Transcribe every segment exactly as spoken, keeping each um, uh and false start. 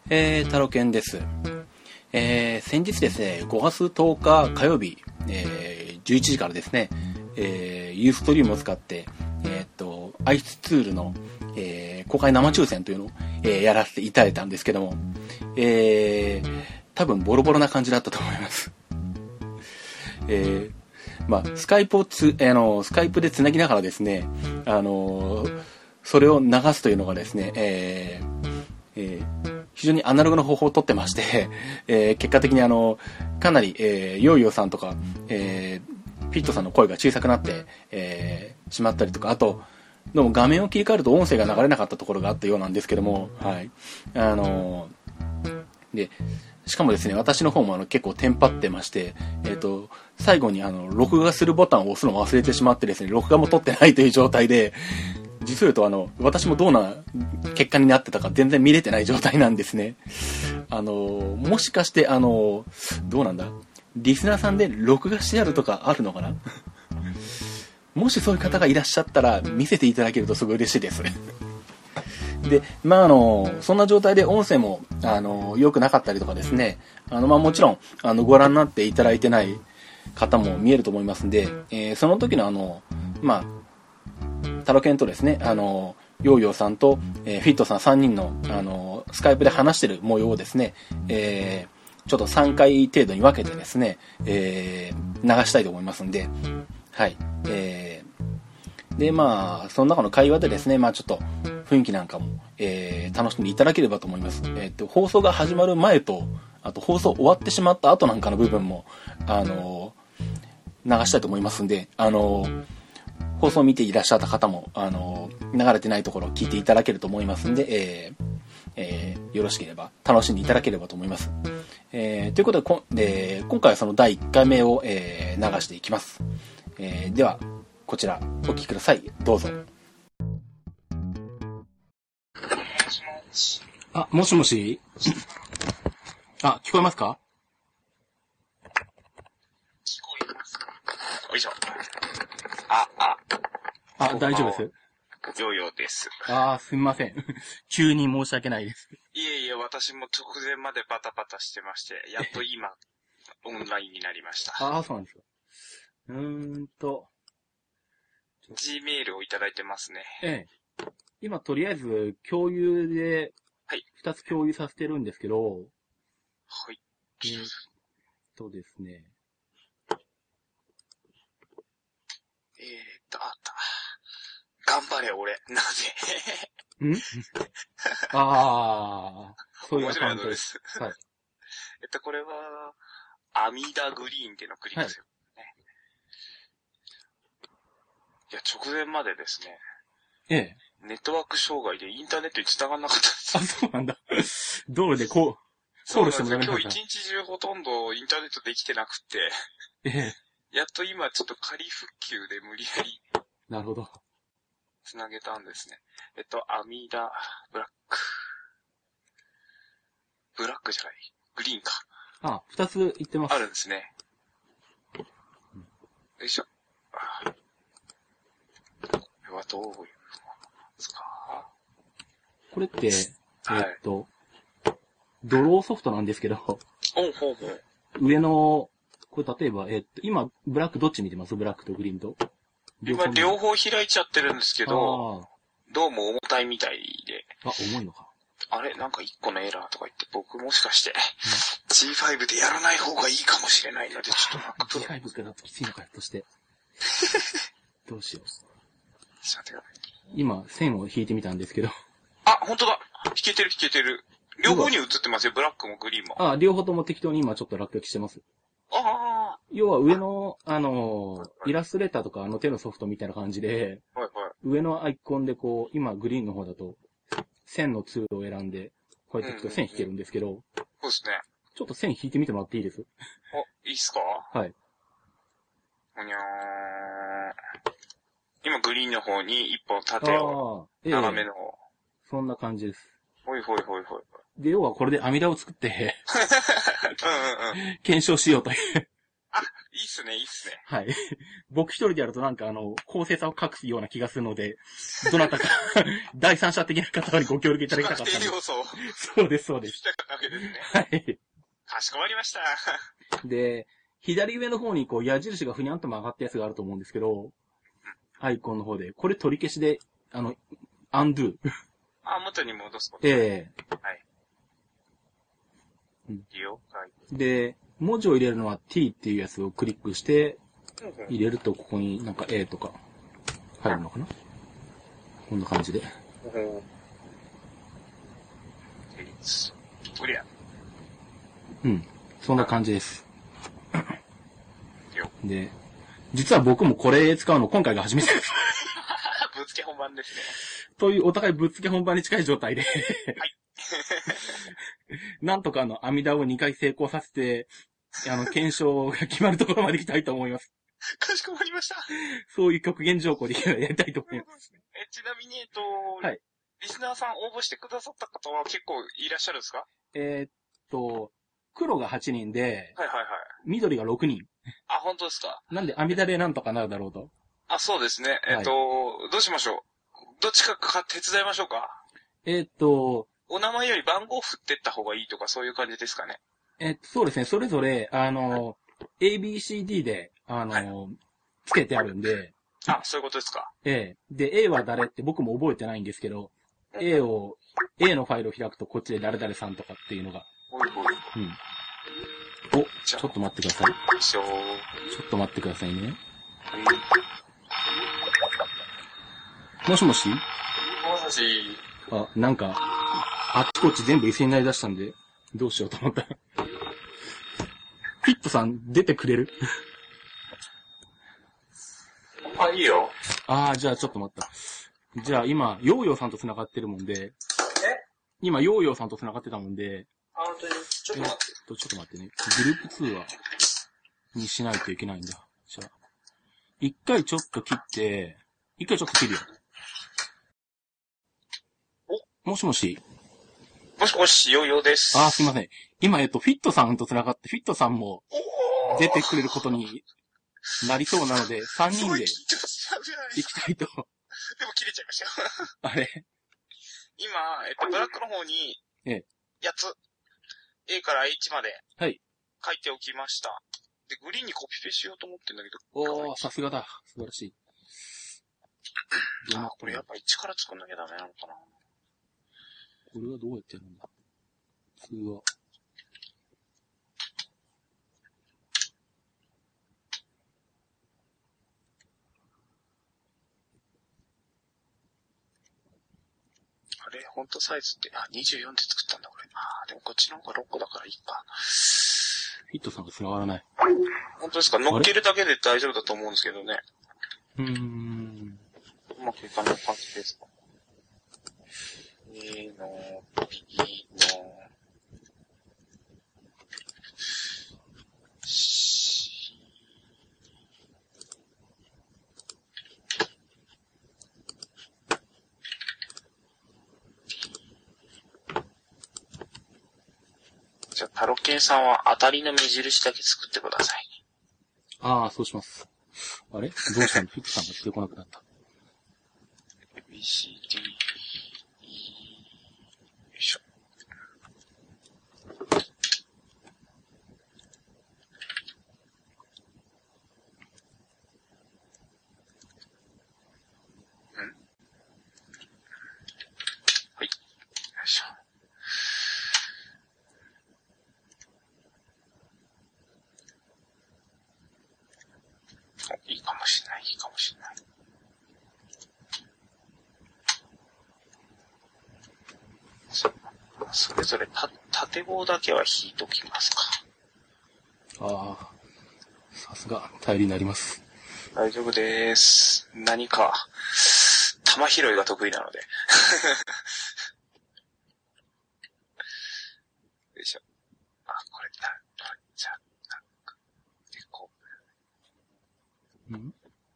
えー、タロケンです。えー、先日ですね、ごがつとおか火曜日、えー、じゅういちじからですね、えー、ユーストリームを使って、えー、っと、アイスツールの、えー、公開生抽選というのを、えー、やらせていただいたんですけども、えー、多分ボロボロな感じだったと思います。えー、まあ、スカイプをつ、あの、スカイプでつなぎながらですね、あの、それを流すというのがですね、えー、えー非常にアナログの方法をとってまして、えー、結果的にあのかなり、えー、ヨーヨーさんとか、えー、フィットさんの声が小さくなって、えー、しまったりとか、あとどうも画面を切り替えると音声が流れなかったところがあったようなんですけども、はい、あのー、でしかもですね、私の方もあの結構テンパってまして、えーと、最後にあの録画するボタンを押すのを忘れてしまってですね、録画も取ってないという状態で、実を言うとあの私もどうな結果になってたか全然見れてない状態なんですね。あのもしかしてあのどうなんだ、リスナーさんで録画してあるとかあるのかなもしそういう方がいらっしゃったら見せていただけるとすごい嬉しいですで、まああのそんな状態で音声もあの良くなかったりとかですね、あのまあもちろんあのご覧になっていただいてない方も見えると思いますんで、えー、その時のあのまあタロケンとですね、あのヨーヨーさんと、えー、フィットさんさんにんの、あのスカイプで話してる模様をですね、えー、ちょっとさんかい程度に分けてですね、えー、流したいと思いますんで、はい、えー、でまあその中の会話でですね、まあちょっと雰囲気なんかも、えー、楽しんでいただければと思います。えーと、放送が始まる前と、あと放送終わってしまった後なんかの部分もあの流したいと思いますんで、あの放送を見ていらっしゃった方も、あの流れてないところを聞いていただけると思いますんで、えーえー、よろしければ楽しんでいただければと思います。えー、ということでこ、えー、今回はそのだいいっかいめを、えー、流していきます。えー、ではこちらお聞きください。どうぞ。あ、もしもし。あ、聞こえますか？ 聞こえます。よいしょ。あ、あ。 あ、大丈夫です。 ヨーヨーです。 あー、すみません。急に申し訳ないです。 いえいえ、私も直前までバタバタしてまして、やっと今、オンラインになりました。 あー、そうなんですか。うーんと。 G メールをいただいてますね。 ええ。今、とりあえず、共有で、 はい。 二つ共有させてるんですけど、 はい。 えー、っとですね。 えーっと、あった。頑張れ、俺。なぜんああ、そういうアカウントです。 です。 はい。 えっと、これは、アミダグリーンっていうのをクリックする、はいね。いや、直前までですね。 ええ。 ネットワーク障害でインターネットに繋がんなかったんですよ。 あ、そうなんだ。道路でこう、 そうなんですよ。今日一日中ほとんどインターネットできてなくて。 ええ。 やっと今ちょっと仮復旧で無理やり。 なるほど。 繋げたんですね。えっと、アミダ、ブラック。ブラックじゃない。グリーンか。 あ、二つ言ってます。 あるんですね。よいしょ。これはどういうものですか？ これって、えー、っと、はい、ドローソフトなんですけど、 おうほうほう。 上の、これ例えば、えー、っと、今、ブラックどっち見てます？ブラックとグリーンと。 今両方開いちゃってるんですけど、どうも重たいみたいで。 あ、重いのか。 あれなんか一個のエラーとか言って、僕もしかして、ジーファイブ でやらない方がいいかもしれないので、ちょっとなんか。 ジーファイブ だときついのかよ、として。どうしよう。 ちょっと待ってください。 今、線を引いてみたんですけど。 あ、本当だ。引けてる引けてる。両方に映ってますよ。ブラックもグリーンも。 あ、両方とも適当に今ちょっと落書きしてます。 ああ。 要は上の、あの、イラストレーターとかあの手のソフトみたいな感じで、 はいはい、 上のアイコンでこう、今グリーンの方だと、線のツールを選んで、こうやっていくと線引けるんですけど、うんうんうん、 そうですね。 ちょっと線引いてみてもらっていいです？ お、いいっすか？ はい。 ほにゃー。今グリーンの方に一本縦を、斜めの方、ええ。 そんな感じです。 ほいほいほいほい。 で、要はこれで網田を作って、 うんうんうん、 検証しようという。 あ、 いっすね、いいっすね。 はい。僕一人でやるとなんかあの、公正さを隠すような気がするので、どなたか、第三者的な方にご協力いただきたかったんで。 要素を。 そうです、そうです。 したかったわけですね。 はい。 かしこまりました。 で、左上の方にこう矢印がふにゃんと曲がったやつがあると思うんですけど、アイコンの方で、これ取り消しで、あの、アンドゥ。 あ、元に戻すこと。 ええはい。 うん、 了解。 で、文字を入れるのは T っていうやつをクリックして、入れるとここになんか A とか入るのかな、こんな感じで。 クリア。 うん。そんな感じです。で、実は僕もこれ使うの今回が初めてです。 ぶっつけ本番ですね。 というお互いぶっつけ本番に近い状態で。はい。なんとかあの、阿弥陀をにかい成功させて、あの、検証が決まるところまで行きたいと思います。 かしこまりました。 そういう極限条項でやりたいと思います。 え、ちなみに、えっと、 はい。 リスナーさん応募してくださった方は結構いらっしゃるんですか？ えー、っと、黒がはちにんで、 はいはいはい。 緑がろくにん。 あ、本当ですか？ なんで、阿弥陀でなんとかなるだろうと。 あ、そうですね。えっと、はい、どうしましょう？どっちかか手伝いましょうか？えー、っと、 お名前より番号振ってった方がいいとかそういう感じですかね？ えー、そうですね。それぞれ、あの、エービーシーディー で、あの、はい、つけてあるんで。 あ、そういうことですか。 ええ。で、A は誰って僕も覚えてないんですけど、A を、A のファイルを開くとこっちで誰々さんとかっていうのが。 おいおい。 うん。お、ちょっと待ってください。ちょっと待ってくださいね。もしもし？ もしもし。 あ、なんか、あっちこっち全部一斉になり出したんで、どうしようと思った。フィットさん、出てくれる？ あ、いいよ。 ああ、じゃあちょっと待った。じゃあ今、ヨーヨーさんと繋がってるもんで、 え今、ヨーヨーさんと繋がってたもんで、 あ、本当にちょっと待って。 えっと、ちょっと待ってね。グループ通話にしないといけないんだ。じゃあ、一回ちょっと切って、一回ちょっと切るよ。おもしもし。 もしもし、ヨーヨーです。 あー、すいません。今、えっと、フィットさんと繋がって、フィットさんも出てくれることになりそうなので、さんにんで行きたいと。でも切れちゃいましたよ。 あれ今、えっと、ブラックの方に、 ええ。 やつ、A から H まで、 はい。 書いておきました。で、グリーンにコピペしようと思ってんだけど。 おー、さすがだ。素晴らしい。 あ、これやっぱいちから作んなきゃダメなのかな。 これはどうやってやるんだ？通話。 あれフォントサイズって、あ、にじゅうよんで作ったんだ、これ。あ、でもこっちの方がろっこだからいいか。 フィットさんが繋がらない。 本当ですか？乗っけるだけで大丈夫だと思うんですけどね。 うーん。 うまくいかない感じですか？A の、B の、じゃあ、タロケンさんは当たりの目印だけ作ってください。 ああ、そうします。あれどうしたの？フィットさんが出てこなくなった。 A, B, C, D, E、よいしょ。ん？はい。よいしょ。いいかもしれない、いいかもしれない。そ、それぞれた、縦棒だけは引いときますか。 ああ、さすが、頼りになります。 大丈夫です。何か、玉拾いが得意なので。よいしょ。あ、これだ、これ、じゃあ、なんか、で、こう。ん？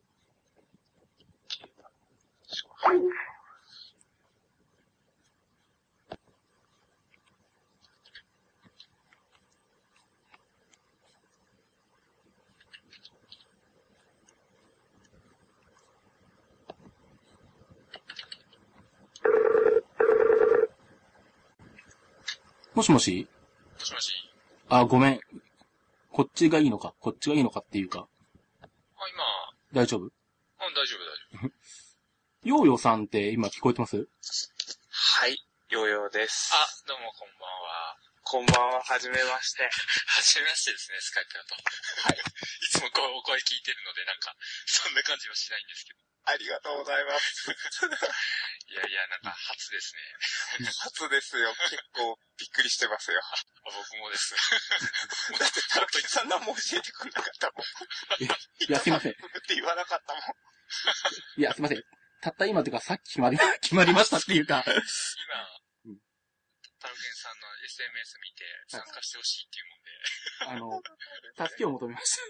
はい。 もしもしもしもし。 あ、ごめん。こっちがいいのか、こっちがいいのかっていうか。 あ、今。 大丈夫？ うん、大丈夫、大丈夫。 ヨーヨーさんって今聞こえてます？ はい、ヨーヨーです。あ、どうもこんばんは。こんばんは、はじめまして。はじめましてですね、スカイプだと。はい。いつもこうお声聞いてるので、なんか、そんな感じはしないんですけど。ありがとうございます。いやいや、なんか、初ですね。初ですよ。結構、びっくりしてますよ。僕もです。だって、タロキさん何も教えてくれなかったもん。 いや、すいません。 って言わなかったもん。 いや、すいません。たった今というか、さっき決まり、決まりましたっていうか。 今、うん、タロケンさんの エスエヌエス 見て、参加してほしいっていうもんで。 あの、助けを求めました。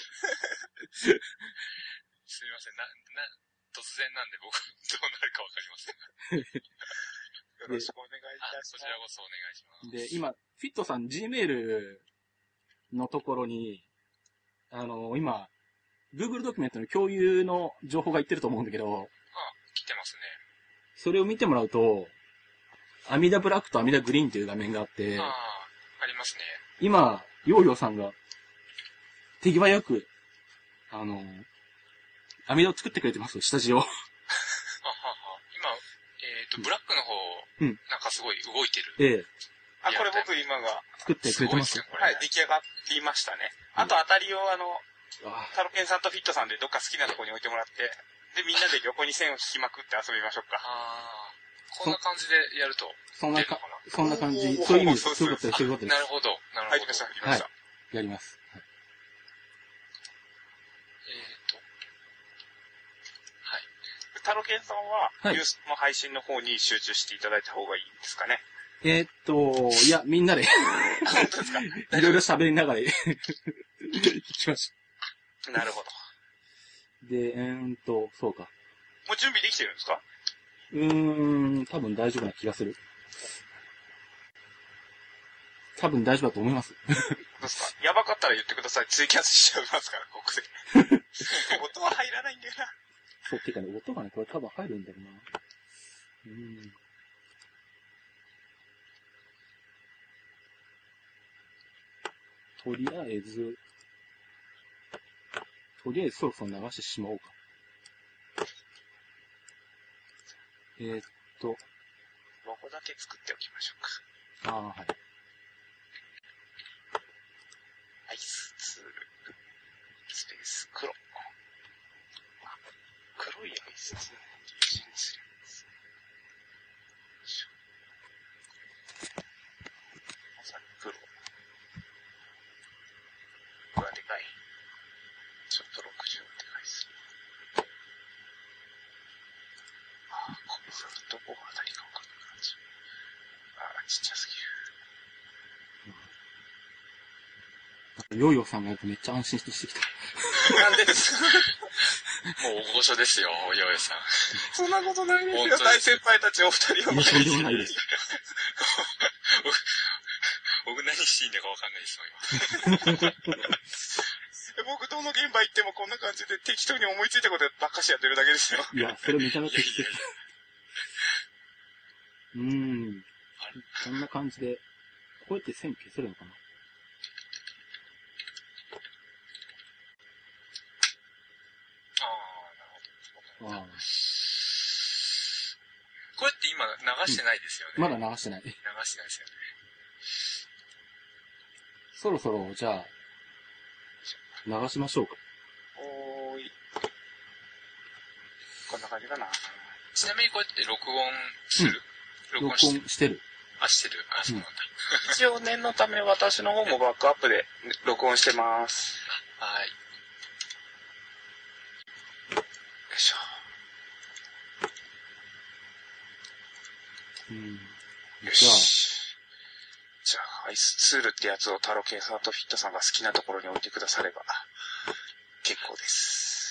すみません。な、な、突然なんで僕、どうなるかわかりません。よろしくお願いいたします。こちらこそお願いします。 で、今、フィットさん Gmail のところに、あの、今、Google ドキュメントの共有の情報がいってると思うんだけど、あ、 来てますね。 それを見てもらうと、アミダブラックとアミダグリーンっていう画面があって、 ああ、ありますね。 今、ヨーヨーさんが手際よく、あの、アミダを作ってくれてます、下地を。ははは。今、えっ、ー、と、ブラックの方、うん、なんかすごい動いてる。 ええ。 あ、これ僕今が。 作ってくれてます。 すはい、出来上がりましたね。あと当たりをあの、タロケンさんとフィットさんでどっか好きなところに置いてもらって、で、みんなで横に線を引きまくって遊びましょうか。ああ。こんな感じでやると。 そんなか、そんな感じ。そういう意味です。そういうことです。そういうことです。 なるほど。なるほど。入りました、入りました。はい、 やります。はい、 えっと。はい。タロケンさんは、はい、ニュースの配信の方に集中していただいた方がいいですかね。 えー、っと、いや、みんなで。 本当ですか？いろいろ喋りながら行きましょう。なるほど。 で、えーんと、そうか。 もう準備できてるんですか？ うーん、多分大丈夫な気がする。多分大丈夫だと思います。 どうですか？やばかったら言ってください。ツイキャスしちゃいますから、ここで。音は入らないんだよな。 そう、てかね、音がね、これ多分入るんだよな。うーん。とりあえず、とりあえずそろそろ流してしまおうか。えー、っと。 ロゴだけ作っておきましょうか。 ああ、はい。 アイスツール、スペース、黒。黒いアイスツールにチェンジするんですね。まさに黒。これはでかい。ちょっとろくじゅうでかいです。ああ、これさ、どこが当たりか分かんない感じ。ああ、ちっちゃすぎる。ヨーヨーさんがやるとめっちゃ安心してきた。 なんでですか？もう大御所ですよ、ヨーヨーさん。そんなことないですよ。大先輩たちお二人は。 いや、とんでもないです。 僕何していいんだか分かんないですよ、今。僕どの現場行ってもこんな感じで適当に思いついたことばっかしやってるだけですよ。 いや、それめちゃめちゃ適切。うーん。こんな感じで、こうやって線消せるのかな？ ああ、なるほど。ああ。これって今流してないですよね。 うん、まだ流してない。 流してないですよね。 そろそろ、じゃあ、流しましょうか。 おーい。こんな感じかな。ちなみにこうやって録音する、 うん、録音してる。録音してる。 あ、してる。あ、そうなんだ。うん、一応念のため私の方もバックアップで録音してます。はい。よいしょ。 うん。 よし。じゃあ、アイスツールってやつをタロケンさんとフィットさんが好きなところに置いてくだされば結構です。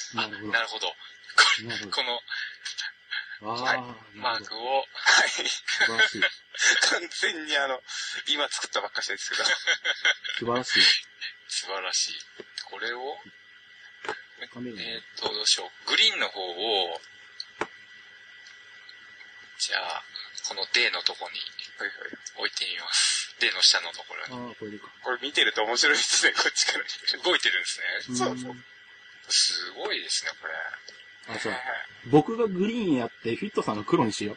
なるほど。 なるほど。この、はい、マークを、はい。 素晴らしい。 完全にあの、今作ったばっかしですけど。 素晴らしい。 素晴らしい。これを、えー、っと、どうしよう。グリーンの方を、じゃあ、この D のとこに置いてみます。 手の下のところに。 ああ、これでか。 これ見てると面白いですね、こっちから。動いてるんですね。そうそう。すごいですね、これ。 あ、そう。僕がグリーンやって、フィットさんが黒にしよ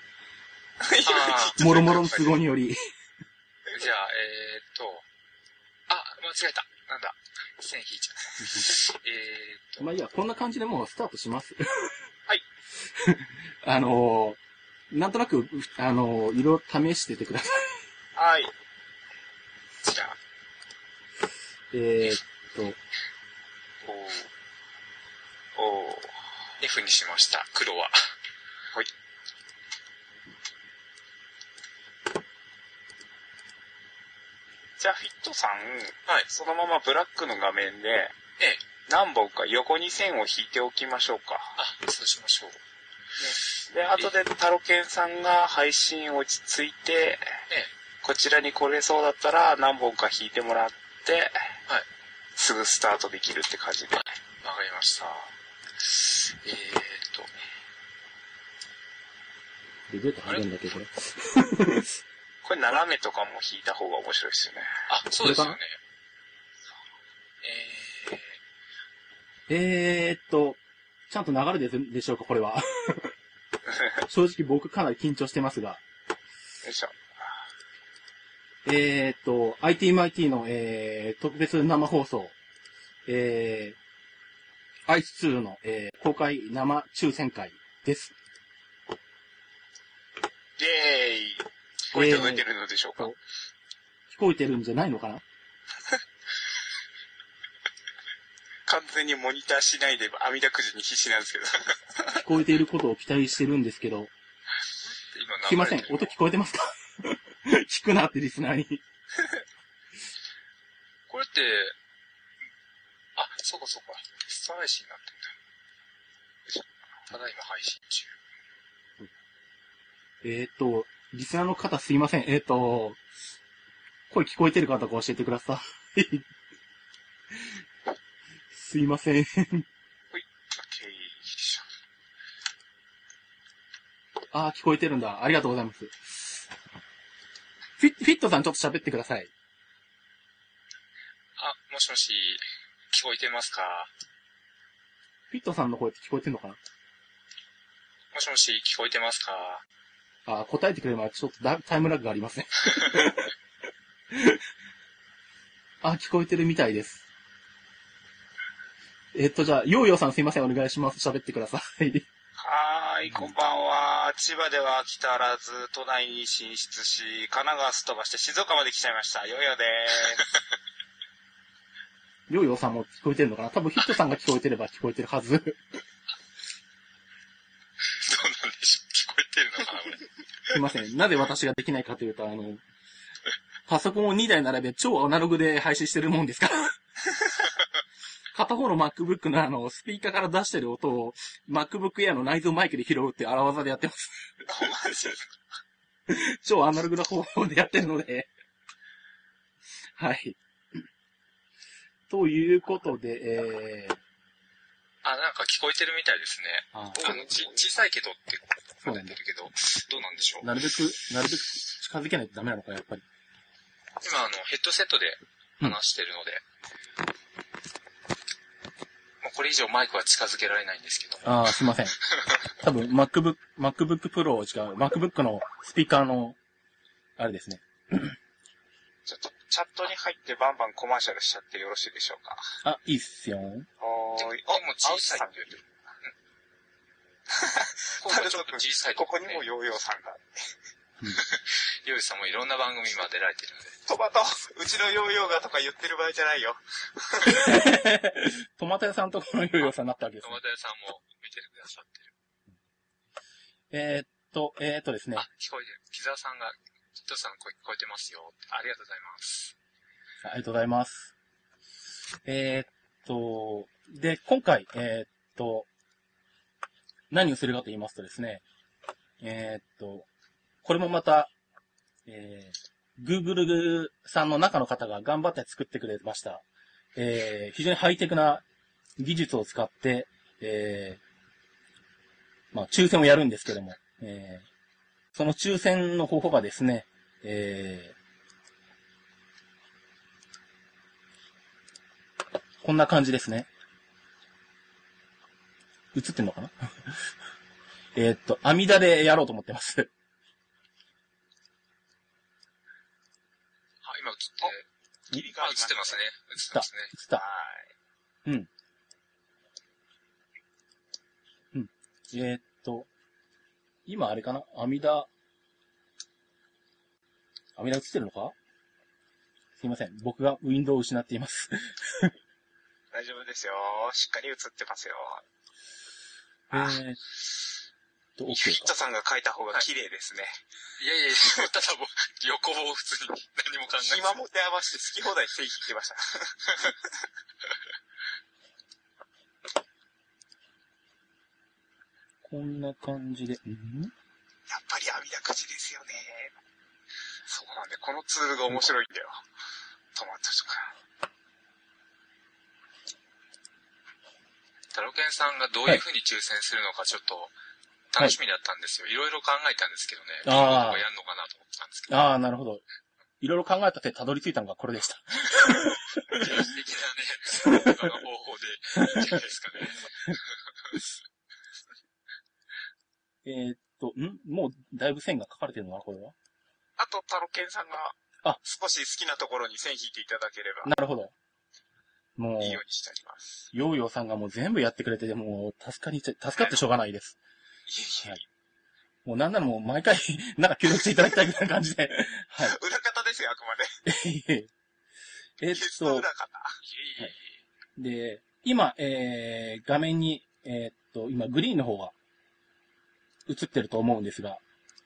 う。もろもろの都合により。 じゃあ、えーっと、あ、間違えた。なんだ。線引いちゃった。えーっと。 まあいいや、こんな感じでもうスタートします。 はい。 あのー、なんとなく、あのー、色試しててください。 はい。じゃあ。 えーっと。 おー。おー。F にしました、黒は。はい。じゃあ、フィットさん、はい、そのままブラックの画面で、ええ、何本か横に線を引いておきましょうか。あ、そうしましょう。ね、で、後でタロケンさんが配信落ち着いて、ええ、こちらに来れそうだったら何本か引いてもらって、はい、すぐスタートできるって感じで。わかりました。えーっと。 で、どうやって入るんだっけ、これ。 これ斜めとかも引いた方が面白いですよね。あ、そうですよね。 えー、えーっと、ちゃんと流れででしょうか、これは。正直僕かなり緊張してますが。 よいしょ。 えーっと、アイティー マイティー の、えー、特別生放送、えー、アイスツー の、えー、公開生抽選会です。 イェーイ。聞こえて動いてるのでしょうか、えー、 聞こえてるんじゃないのかな完全にモニターしないで網だくじに必死なんですけど。 聞こえていることを期待してるんですけど。すいません、音聞こえてますか聞くなってリスナーに。 これって、あ、そうかそうか。スター配信になってんだ。ただいま配信中。 えーっと、リスナーの方すいません。えーっと、声聞こえてる方が教えてください。すいません。 ほい、オッケー。 あー、聞こえてるんだ。ありがとうございます。フィッ、フィットさんちょっと喋ってください。 あ、もしもし、聞こえてますか？ フィットさんの声って聞こえてんのかな？ もしもし、聞こえてますか？ あ、答えてくれればちょっとだいぶタイムラグがありますね。あ、聞こえてるみたいです。えっと、じゃあ、ヨーヨーさんすいません、お願いします。喋ってください。 はーい、こんばんは。千葉では飽き足らず、都内に進出し、神奈川すっ飛ばして静岡まで来ちゃいました。ヨーヨーでーす。ヨーヨーさんも聞こえてるのかな？多分ヒットさんが聞こえてれば聞こえてるはず。どうなんでしょう？聞こえてるのかな、これ。 すいません。なぜ私ができないかというと、あの、パソコンをにだい並べ超アナログで配信してるもんですから。片方の MacBook のあの、スピーカーから出してる音を MacBook Air の内蔵マイクで拾うって荒技でやってます。 マジですか？ 超アナログな方法でやってるので。はい。ということで、えー、 あ、なんか聞こえてるみたいですね。ああのち小さいけどって答えてるけど、どうなんでしょう。 なるべく、なるべく近づけないとダメなのか、やっぱり。 今、あの、ヘッドセットで話してるので、うん、もうこれ以上マイクは近づけられないんですけど。 ああ、すいません。多分、MacBook、MacBook Pro 違う、MacBook のスピーカーの、あれですね。 ちょっと、チャットに入ってバンバンコマーシャルしちゃってよろしいでしょうか。 あ、いいっすよ。 おーい。でも小さいって言うてる。タルト君、小さい。ここにもヨーヨーさんが。うん、ヨーヨーさんもいろんな番組今出られてるので。トマト、うちのヨーヨーがとか言ってる場合じゃないよ。 トマト屋さんとこのヨーヨーさんになったわけです、ね。 トマト屋さんも見てくださってる。えー、っと、えー、っとですね。 あ、聞こえてる。木澤さんが、ヒットさんの声聞こえてますよ。ありがとうございます。 ありがとうございます。えー、っと、で、今回、えー、っと、何をするかと言いますとですね、えー、っと、これもまた、えー、Google さんの中の方が頑張って作ってくれました。えー、非常にハイテクな技術を使って、えー、まあ、抽選をやるんですけども、えー、その抽選の方法がですね、えこんな感じですね。映ってんのかなえっと、阿弥陀でやろうと思ってます。 あ、今映って、霧が映ってますね。映ってますね。 映った。はい。うん。うん。えー、っと、今あれかな阿弥陀、阿弥陀映ってるのかすいません。僕がウィンドウを失っています。 大丈夫ですよ。しっかり映ってますよ。 えーっと、OK か。 フィットさんが描いた方が綺麗ですね。はい、いやいや、ただもう、横棒普通に何も考えない。暇持て余して好き放題正義言ってました。 こんな感じで、んやっぱり阿弥陀くじですよね。そうなんで、このツールが面白いんだよ。トマトとか。タロケンさんがどういう風に抽選するのかちょっと楽しみだったんですよ。はい、いろいろ考えたんですけどね。どういうことがやるのかなと思ってたんですけど。 ああ、なるほど。いろいろ考えたってたどり着いたのがこれでした。 原始的なね、他の方法でいいんじゃないですかね。 えーっと、んもうだいぶ線が書かれてるのかな、これは。 あと、タロケンさんが、あ、少し好きなところに線引いていただければ。 なるほど。もう、 いいようにしてあります。 ヨーヨーさんがもう全部やってくれて、もう、助かり、助かってしょうがないです。 いえいえ。はい、 もうなんならもう毎回、なんか協力していただきたいみたいな感じで。はい。 裏方ですよ、あくまで。えっと、 裏方。 はい、で、今、えー、画面に、えー、っと、今、グリーンの方が映ってると思うんですが。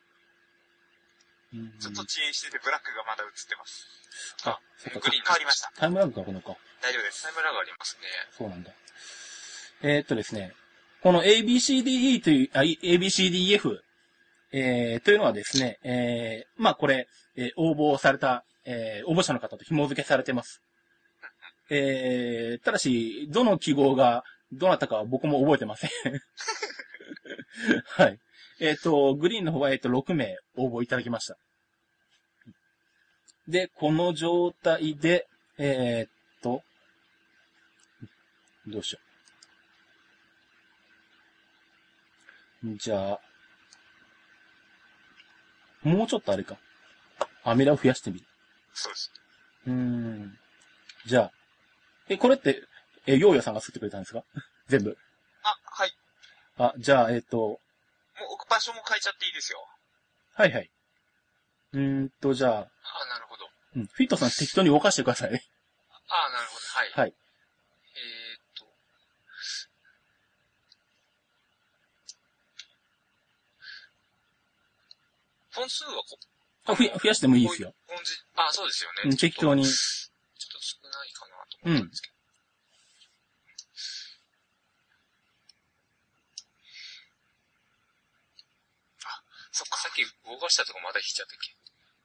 ちょっと遅延してて、ブラックがまだ映ってます。 あ、そっか。 グリーン変わりました。 タイムラグがあるのか。 大丈夫です。タイムラグありますね。 そうなんだ。えー、っとですね、この エービーシーディーイー という、あ、エービーシーディーエフ、えー、というのはですね、えー、まあこれ、えー、応募された、えー、応募者の方と紐付けされてます。えー、ただし、どの記号がどなたかは僕も覚えてません。はい。えっ、ー、と、グリーンの方は、えっ、ー、と、ろくめい応募いただきました。で、この状態で、えっ、ー、と、どうしよう。じゃあ、もうちょっとあれか。アミラを増やしてみる。 そうです。 うーん。じゃあ、え、これって、え、ヨーヨーさんが作ってくれたんですか全部。 あ、はい。 あ、じゃあ、えっ、ー、と。もう置く場所も変えちゃっていいですよ。 はいはい。うーんと、じゃあ。 あ、なるほど。 うん。フィットさん適当に動かしてください。あ、 なるほど。はい。 はい。 えー、っと。本数はこあ、ふや、増やしてもいいですよ。 あ、そうですよね。 うん、適当に。ちょっと少ないかなと思ったんですけど。うん、あ、そっか、さっき動かしたとこまだ引いちゃったっけ。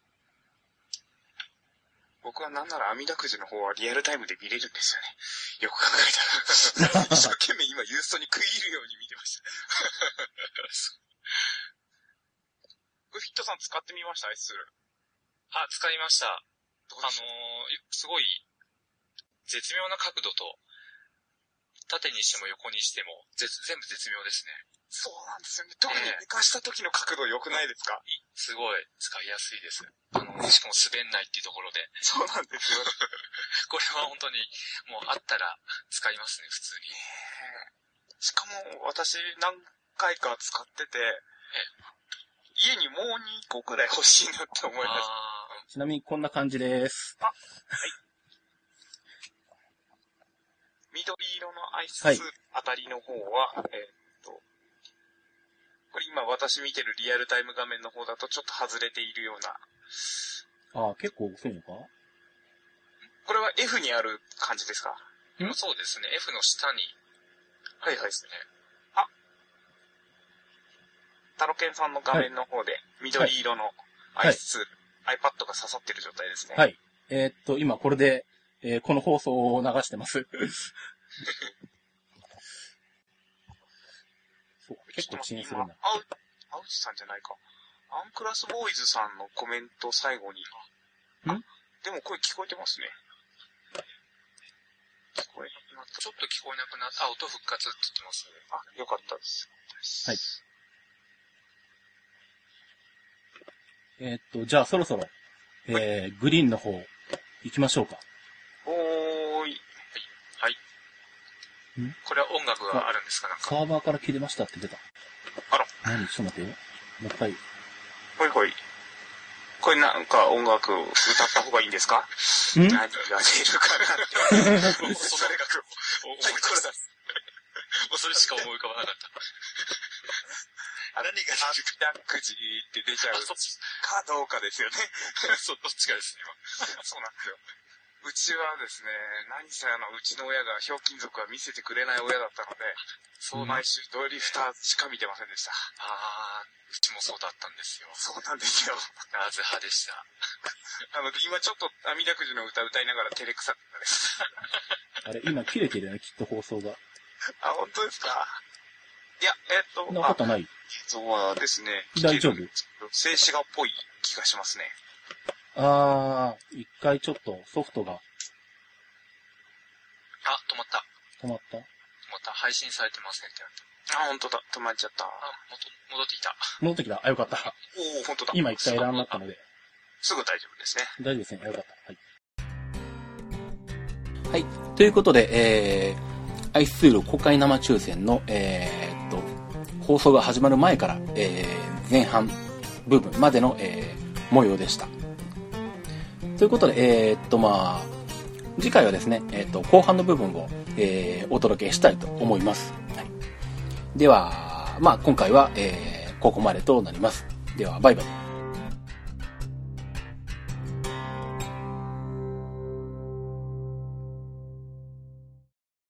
僕はなんなら阿弥陀くじの方はリアルタイムで見れるんですよね。よく考えたら。一生懸命今ユーストに食い入るように見てました。フィットさん使ってみました？ S ツール。あ、使いました。あのー、すごい、絶妙な角度と、縦にしても横にしても、全部絶妙ですね。そうなんですよね。特に寝かした時の角度良くないですか？すごい、使いやすいです。あの、しかも滑んないっていうところで。そうなんですよ。これは本当に、もうあったら使いますね、普通に。しかも、私何回か使ってて、家にもうにこくらい欲しいなって思います。 ちなみにこんな感じです。 あ、はい。緑色のアイスあたりの方は、はい、えー、っと、これ今私見てるリアルタイム画面の方だとちょっと外れているような。ああ、結構遅いのか？ これは F にある感じですか？そうですね。F の下に。はいはいですね。あ、タロケンさんの画面の方で緑色のアイスツール、はいはい、iPad が刺さってる状態ですね。 はい。えー、っと、今これで、えー、この放送を流してます。そう結構遅延するな。 アウ、アウチさんじゃないか。アンクラスボーイズさんのコメント最後に。 ん？ でも声聞こえてますね。 聞こえなくなった。ちょっと聞こえなくなった。あ、音復活って言ってます。あ、よかったです。 はい。えー、っと、じゃあそろそろ、えー、はい、グリーンの方、行きましょうか。 おーい。はい。はい。んこれは音楽があるんですか？なんか。 サーバーから切れましたって出た。 あら。 何？ちょっと待ってよ。もう一回。 ほいほい。これなんか音楽歌った方がいいんですか？ん？何が出るかなって。それが思い出した。もうそれしか思い浮かばなかった。何が出るか。くじって出ちゃうかどうかですよね。そう、どっちかですね、今。そうなんですよ。うちはですね、何せあの、うちの親がひょうきん族は見せてくれない親だったので、そう毎週ドリフターしか見てませんでした。あー、うちもそうだったんですよ。そうなんですよ。なぜ派でした。あの、今ちょっと阿弥陀くじの歌歌いながら照れくさかったです。 あれ、今切れてるよね、きっと放送が。 あ、本当ですか？いや、えっと、 そんなことない。 そうですね。 大丈夫？ 静止画っぽい気がしますね。 あー、一回ちょっとソフトが。あ、 止まった。 止まった？ 止まった。配信されてませんってなった。あ、本当だ。止まっちゃった。あ、戻ってきた。 戻ってきた。あ、よかった。 おー、本当だ。 今一回エラーになったので。 すぐ大丈夫ですね。 大丈夫ですね。よかった。はい。はい。ということで、えー、アイスツール公開生抽選の、えー、っと、放送が始まる前から、えー、前半部分までの、えー、模様でした。ということで、えー、っと、まあ、次回はですね、えー、っと、後半の部分を、えー、お届けしたいと思います。はい、では、まあ、今回は、えー、ここまでとなります。では、バイバイ。